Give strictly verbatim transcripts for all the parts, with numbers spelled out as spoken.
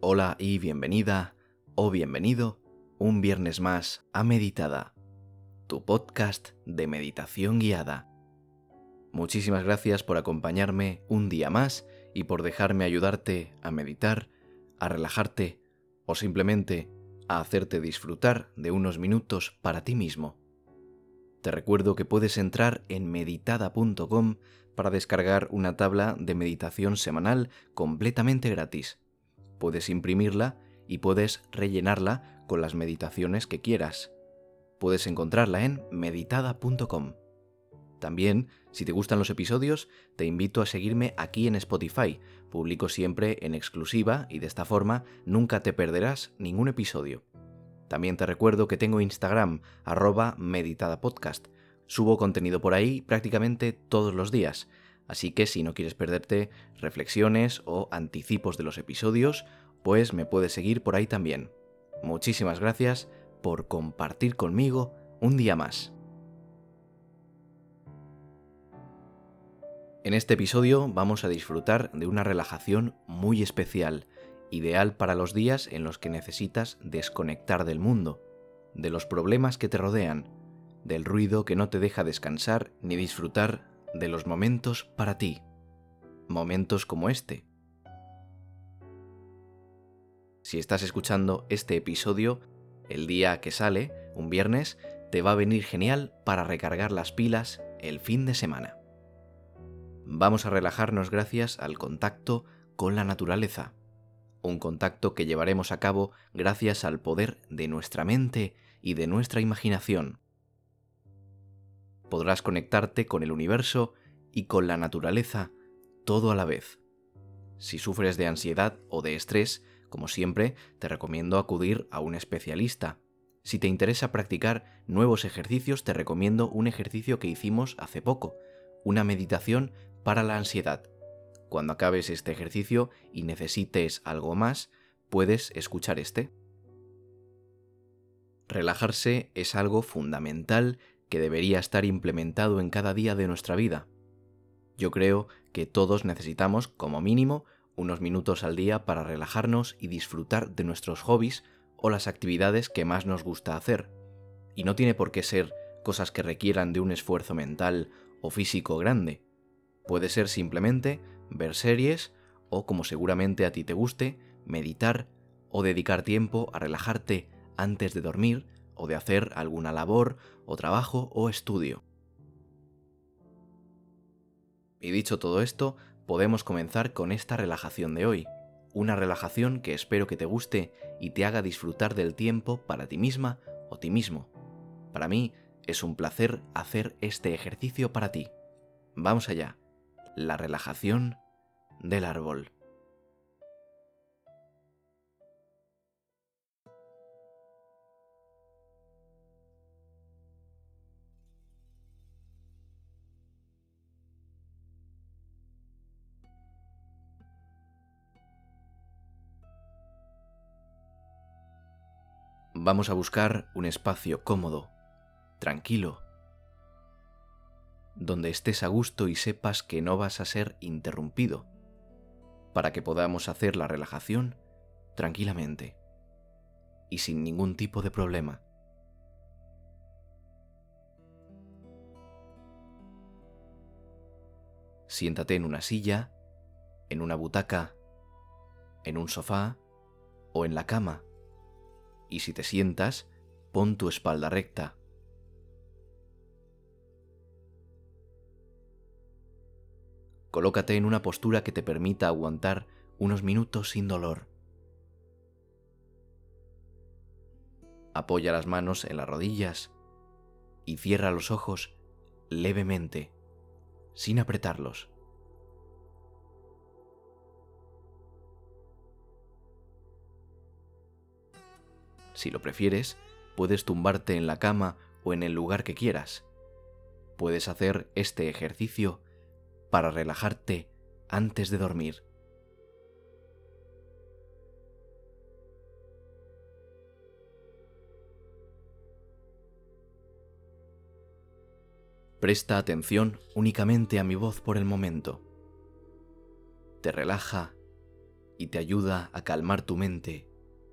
Hola y bienvenida o bienvenido un viernes más a Meditada, tu podcast de meditación guiada. Muchísimas gracias por acompañarme un día más y por dejarme ayudarte a meditar, a relajarte o simplemente a hacerte disfrutar de unos minutos para ti mismo. Te recuerdo que puedes entrar en meditada punto com para descargar una tabla de meditación semanal completamente gratis. Puedes imprimirla y puedes rellenarla con las meditaciones que quieras. Puedes encontrarla en meditada punto com. También, si te gustan los episodios, te invito a seguirme aquí en Spotify. Publico siempre en exclusiva y de esta forma nunca te perderás ningún episodio. También te recuerdo que tengo Instagram, arroba meditadapodcast. Subo contenido por ahí prácticamente todos los días. Así que si no quieres perderte reflexiones o anticipos de los episodios, pues me puedes seguir por ahí también. Muchísimas gracias por compartir conmigo un día más. En este episodio vamos a disfrutar de una relajación muy especial, ideal para los días en los que necesitas desconectar del mundo, de los problemas que te rodean, del ruido que no te deja descansar ni disfrutar de los momentos para ti. Momentos como este. Si estás escuchando este episodio, el día que sale, un viernes, te va a venir genial para recargar las pilas el fin de semana. Vamos a relajarnos gracias al contacto con la naturaleza. Un contacto que llevaremos a cabo gracias al poder de nuestra mente y de nuestra imaginación. Podrás conectarte con el universo y con la naturaleza todo a la vez. Si sufres de ansiedad o de estrés, como siempre, te recomiendo acudir a un especialista. Si te interesa practicar nuevos ejercicios, te recomiendo un ejercicio que hicimos hace poco, una meditación para la ansiedad. Cuando acabes este ejercicio y necesites algo más, puedes escuchar este. Relajarse es algo fundamental que debería estar implementado en cada día de nuestra vida. Yo creo que todos necesitamos, como mínimo, unos minutos al día para relajarnos y disfrutar de nuestros hobbies o las actividades que más nos gusta hacer. Y no tiene por qué ser cosas que requieran de un esfuerzo mental o físico grande. Puede ser simplemente ver series o, como seguramente a ti te guste, meditar o dedicar tiempo a relajarte antes de dormir o de hacer alguna labor o trabajo o estudio. Y dicho todo esto, podemos comenzar con esta relajación de hoy. Una relajación que espero que te guste y te haga disfrutar del tiempo para ti misma o ti mismo. Para mí es un placer hacer este ejercicio para ti. Vamos allá. La relajación del árbol. Vamos a buscar un espacio cómodo, tranquilo, donde estés a gusto y sepas que no vas a ser interrumpido, para que podamos hacer la relajación tranquilamente y sin ningún tipo de problema. Siéntate en una silla, en una butaca, en un sofá o en la cama, y si te sientas, pon tu espalda recta. Colócate en una postura que te permita aguantar unos minutos sin dolor. Apoya las manos en las rodillas y cierra los ojos levemente, sin apretarlos. Si lo prefieres, puedes tumbarte en la cama o en el lugar que quieras. Puedes hacer este ejercicio para relajarte antes de dormir. Presta atención únicamente a mi voz por el momento. Te relaja y te ayuda a calmar tu mente.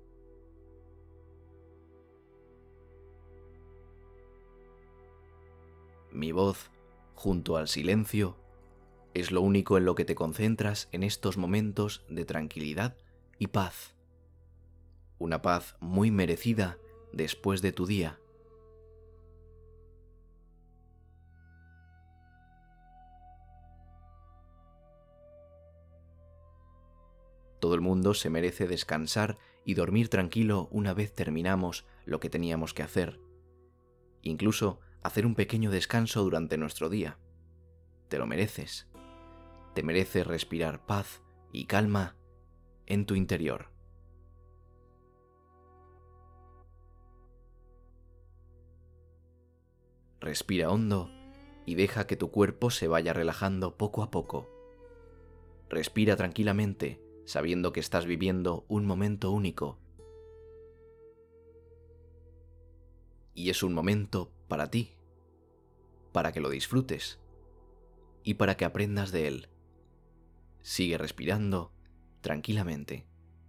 Mi voz, junto al silencio, es lo único en lo que te concentras en estos momentos de tranquilidad y paz. Una paz muy merecida después de tu día. Todo el mundo se merece descansar y dormir tranquilo una vez terminamos lo que teníamos que hacer. Incluso hacer un pequeño descanso durante nuestro día. Te lo mereces. Te mereces respirar paz y calma en tu interior. Respira hondo y deja que tu cuerpo se vaya relajando poco a poco. Respira tranquilamente, sabiendo que estás viviendo un momento único. Y es un momento para ti, para que lo disfrutes y para que aprendas de él. Sigue respirando tranquilamente.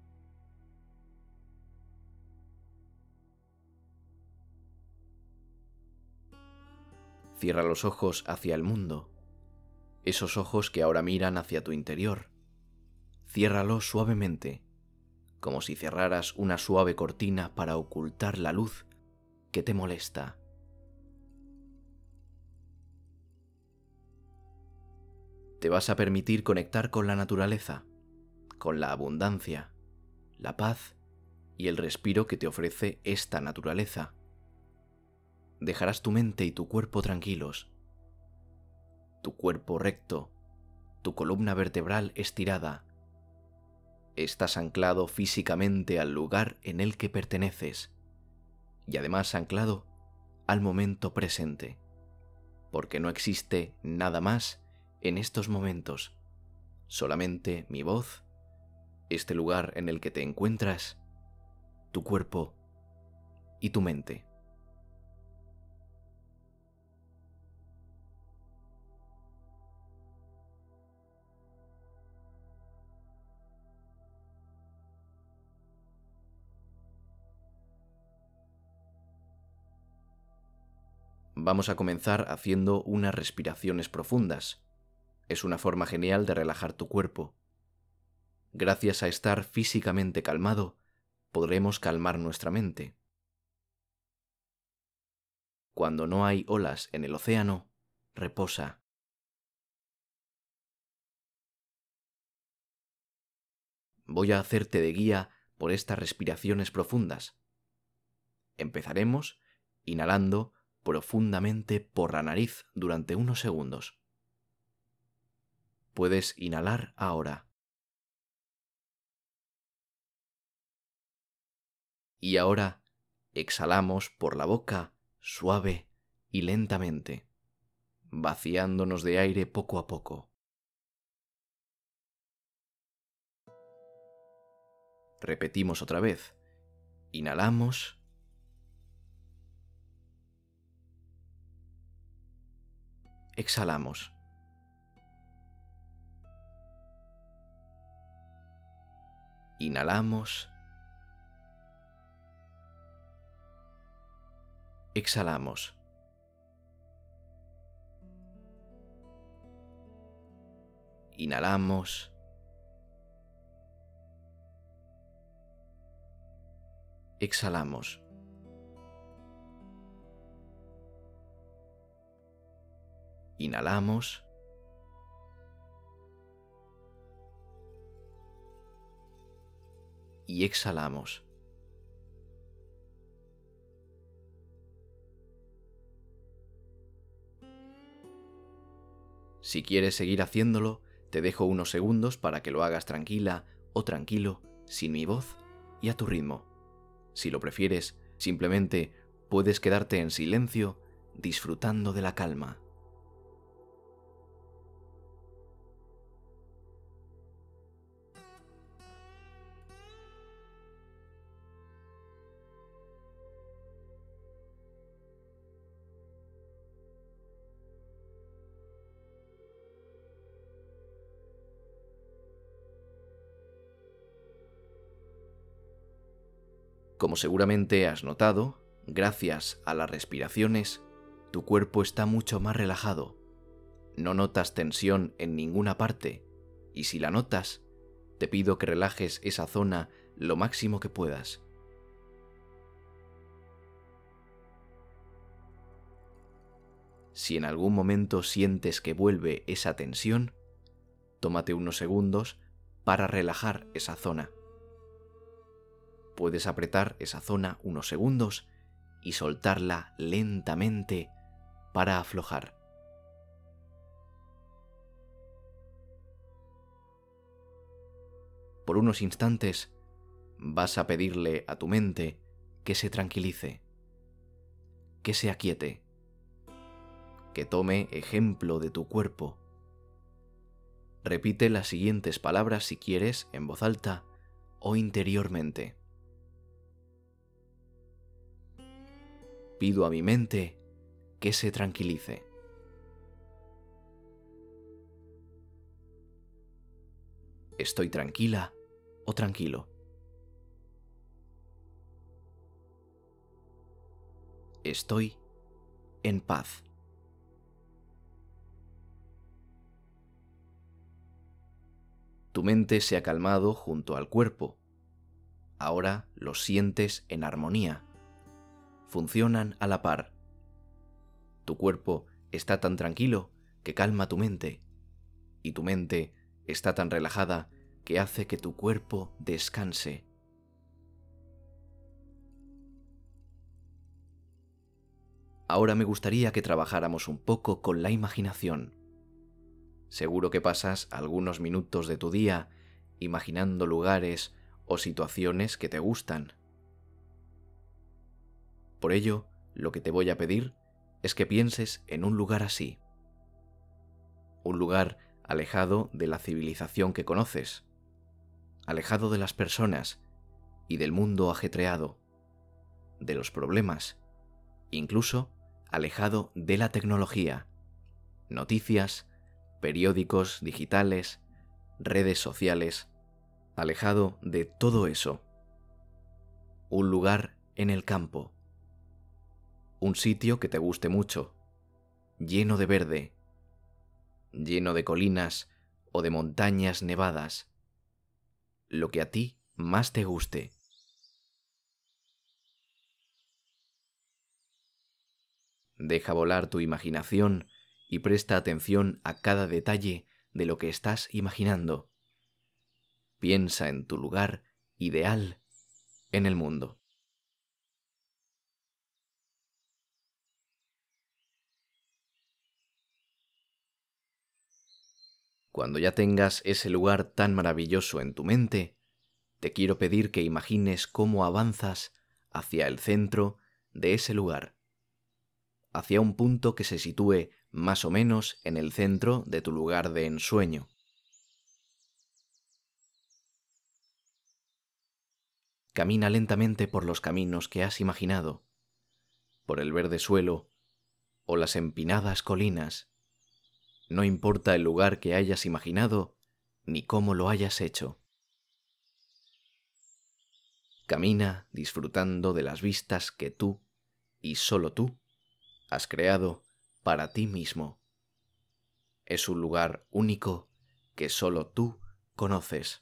Cierra los ojos hacia el mundo, esos ojos que ahora miran hacia tu interior. Ciérralos suavemente, como si cerraras una suave cortina para ocultar la luz que te molesta. Te vas a permitir conectar con la naturaleza, con la abundancia, la paz y el respiro que te ofrece esta naturaleza. Dejarás tu mente y tu cuerpo tranquilos, tu cuerpo recto, tu columna vertebral estirada. Estás anclado físicamente al lugar en el que perteneces y además anclado al momento presente, porque no existe nada más en estos momentos, solamente mi voz, este lugar en el que te encuentras, tu cuerpo y tu mente. Vamos a comenzar haciendo unas respiraciones profundas. Es una forma genial de relajar tu cuerpo. Gracias a estar físicamente calmado, podremos calmar nuestra mente. Cuando no hay olas en el océano, reposa. Voy a hacerte de guía por estas respiraciones profundas. Empezaremos inhalando profundamente por la nariz durante unos segundos. Puedes inhalar ahora. Y ahora exhalamos por la boca suave y lentamente, vaciándonos de aire poco a poco. Repetimos otra vez. Inhalamos. Exhalamos. Inhalamos. Exhalamos. Inhalamos. Exhalamos. Inhalamos. Y exhalamos. Si quieres seguir haciéndolo, te dejo unos segundos para que lo hagas tranquila o tranquilo, sin mi voz y a tu ritmo. Si lo prefieres, simplemente puedes quedarte en silencio disfrutando de la calma. Como seguramente has notado, gracias a las respiraciones, tu cuerpo está mucho más relajado. No notas tensión en ninguna parte, y si la notas, te pido que relajes esa zona lo máximo que puedas. Si en algún momento sientes que vuelve esa tensión, tómate unos segundos para relajar esa zona. Puedes apretar esa zona unos segundos y soltarla lentamente para aflojar. Por unos instantes vas a pedirle a tu mente que se tranquilice, que se aquiete, que tome ejemplo de tu cuerpo. Repite las siguientes palabras si quieres en voz alta o interiormente. Pido a mi mente que se tranquilice. Estoy tranquila o tranquilo. Estoy en paz. Tu mente se ha calmado junto al cuerpo. Ahora los sientes en armonía. Funcionan a la par. Tu cuerpo está tan tranquilo que calma tu mente, y tu mente está tan relajada que hace que tu cuerpo descanse. Ahora me gustaría que trabajáramos un poco con la imaginación. Seguro que pasas algunos minutos de tu día imaginando lugares o situaciones que te gustan. Por ello, lo que te voy a pedir es que pienses en un lugar así. Un lugar alejado de la civilización que conoces, alejado de las personas y del mundo ajetreado, de los problemas, incluso alejado de la tecnología, noticias, periódicos digitales, redes sociales, alejado de todo eso. Un lugar en el campo. Un sitio que te guste mucho, lleno de verde, lleno de colinas o de montañas nevadas. Lo que a ti más te guste. Deja volar tu imaginación y presta atención a cada detalle de lo que estás imaginando. Piensa en tu lugar ideal en el mundo. Cuando ya tengas ese lugar tan maravilloso en tu mente, te quiero pedir que imagines cómo avanzas hacia el centro de ese lugar, hacia un punto que se sitúe más o menos en el centro de tu lugar de ensueño. Camina lentamente por los caminos que has imaginado, por el verde suelo o las empinadas colinas. No importa el lugar que hayas imaginado ni cómo lo hayas hecho. Camina disfrutando de las vistas que tú, y solo tú, has creado para ti mismo. Es un lugar único que solo tú conoces.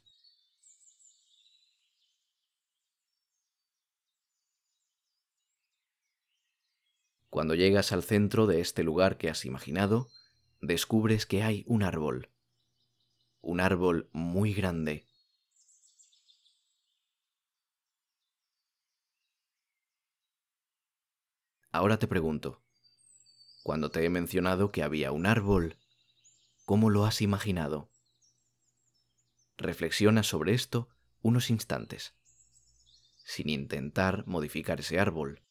Cuando llegas al centro de este lugar que has imaginado, descubres que hay un árbol. Un árbol muy grande. Ahora te pregunto, cuando te he mencionado que había un árbol, ¿cómo lo has imaginado? Reflexiona sobre esto unos instantes, sin intentar modificar ese árbol.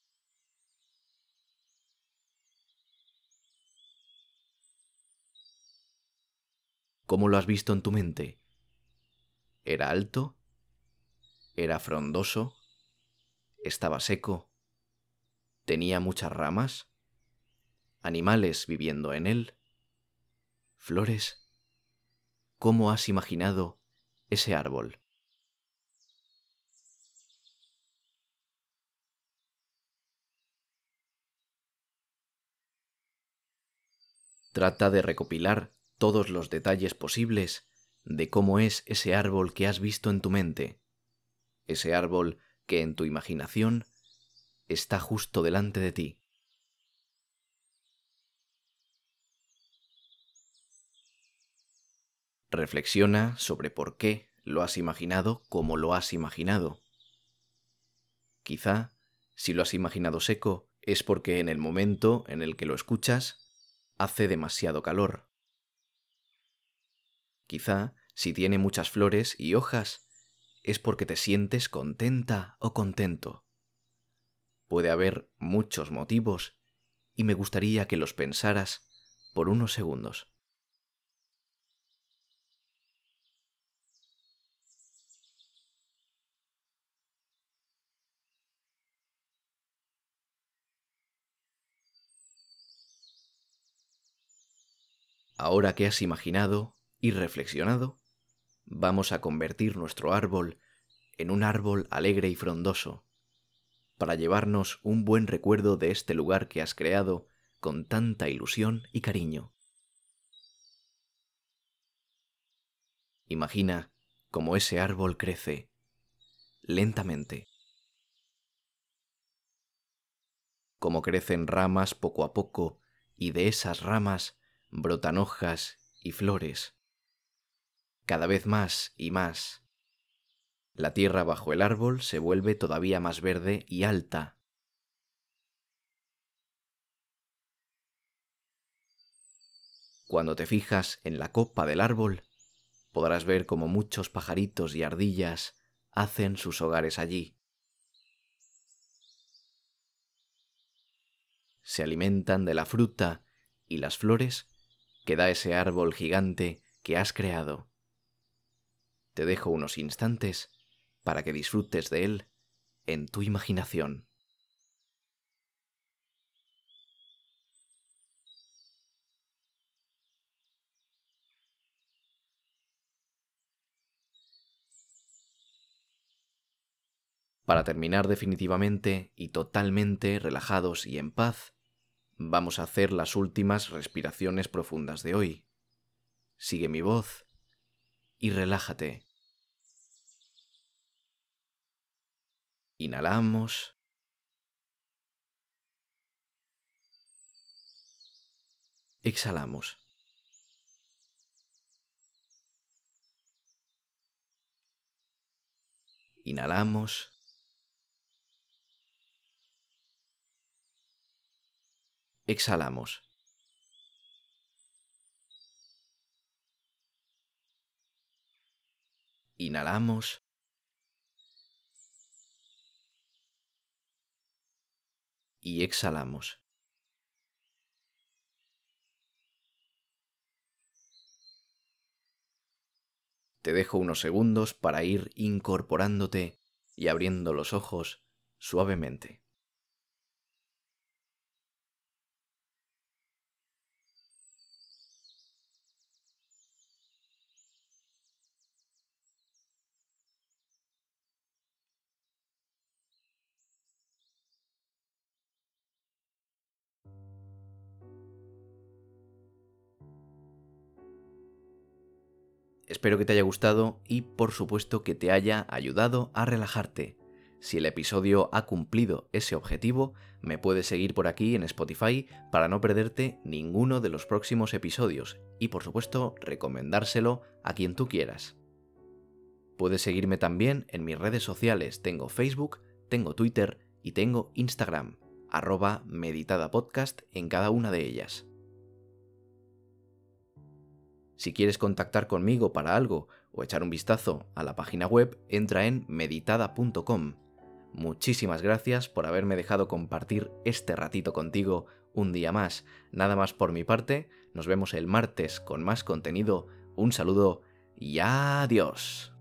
¿Cómo lo has visto en tu mente? ¿Era alto? ¿Era frondoso? ¿Estaba seco? ¿Tenía muchas ramas? ¿Animales viviendo en él? ¿Flores? ¿Cómo has imaginado ese árbol? Trata de recopilar todos los detalles posibles de cómo es ese árbol que has visto en tu mente, ese árbol que en tu imaginación está justo delante de ti. Reflexiona sobre por qué lo has imaginado como lo has imaginado. Quizá, si lo has imaginado seco, es porque en el momento en el que lo escuchas, hace demasiado calor. Quizá, si tiene muchas flores y hojas, es porque te sientes contenta o contento. Puede haber muchos motivos y me gustaría que los pensaras por unos segundos. Ahora que has imaginado y reflexionado, vamos a convertir nuestro árbol en un árbol alegre y frondoso, para llevarnos un buen recuerdo de este lugar que has creado con tanta ilusión y cariño. Imagina cómo ese árbol crece, lentamente, cómo crecen ramas poco a poco y de esas ramas brotan hojas y flores, cada vez más y más. La tierra bajo el árbol se vuelve todavía más verde y alta. Cuando te fijas en la copa del árbol, podrás ver cómo muchos pajaritos y ardillas hacen sus hogares allí. Se alimentan de la fruta y las flores que da ese árbol gigante que has creado. Te dejo unos instantes para que disfrutes de él en tu imaginación. Para terminar definitivamente y totalmente relajados y en paz, vamos a hacer las últimas respiraciones profundas de hoy. Sigue mi voz y relájate. Inhalamos. Exhalamos. Inhalamos. Exhalamos. Inhalamos. Y exhalamos. Te dejo unos segundos para ir incorporándote y abriendo los ojos suavemente. Espero que te haya gustado y por supuesto que te haya ayudado a relajarte. Si el episodio ha cumplido ese objetivo, me puedes seguir por aquí en Spotify para no perderte ninguno de los próximos episodios y por supuesto recomendárselo a quien tú quieras. Puedes seguirme también en mis redes sociales, tengo Facebook, tengo Twitter y tengo Instagram, arroba meditadapodcast en cada una de ellas. Si quieres contactar conmigo para algo o echar un vistazo a la página web, entra en meditada punto com. Muchísimas gracias por haberme dejado compartir este ratito contigo un día más. Nada más por mi parte, nos vemos el martes con más contenido. Un saludo y adiós.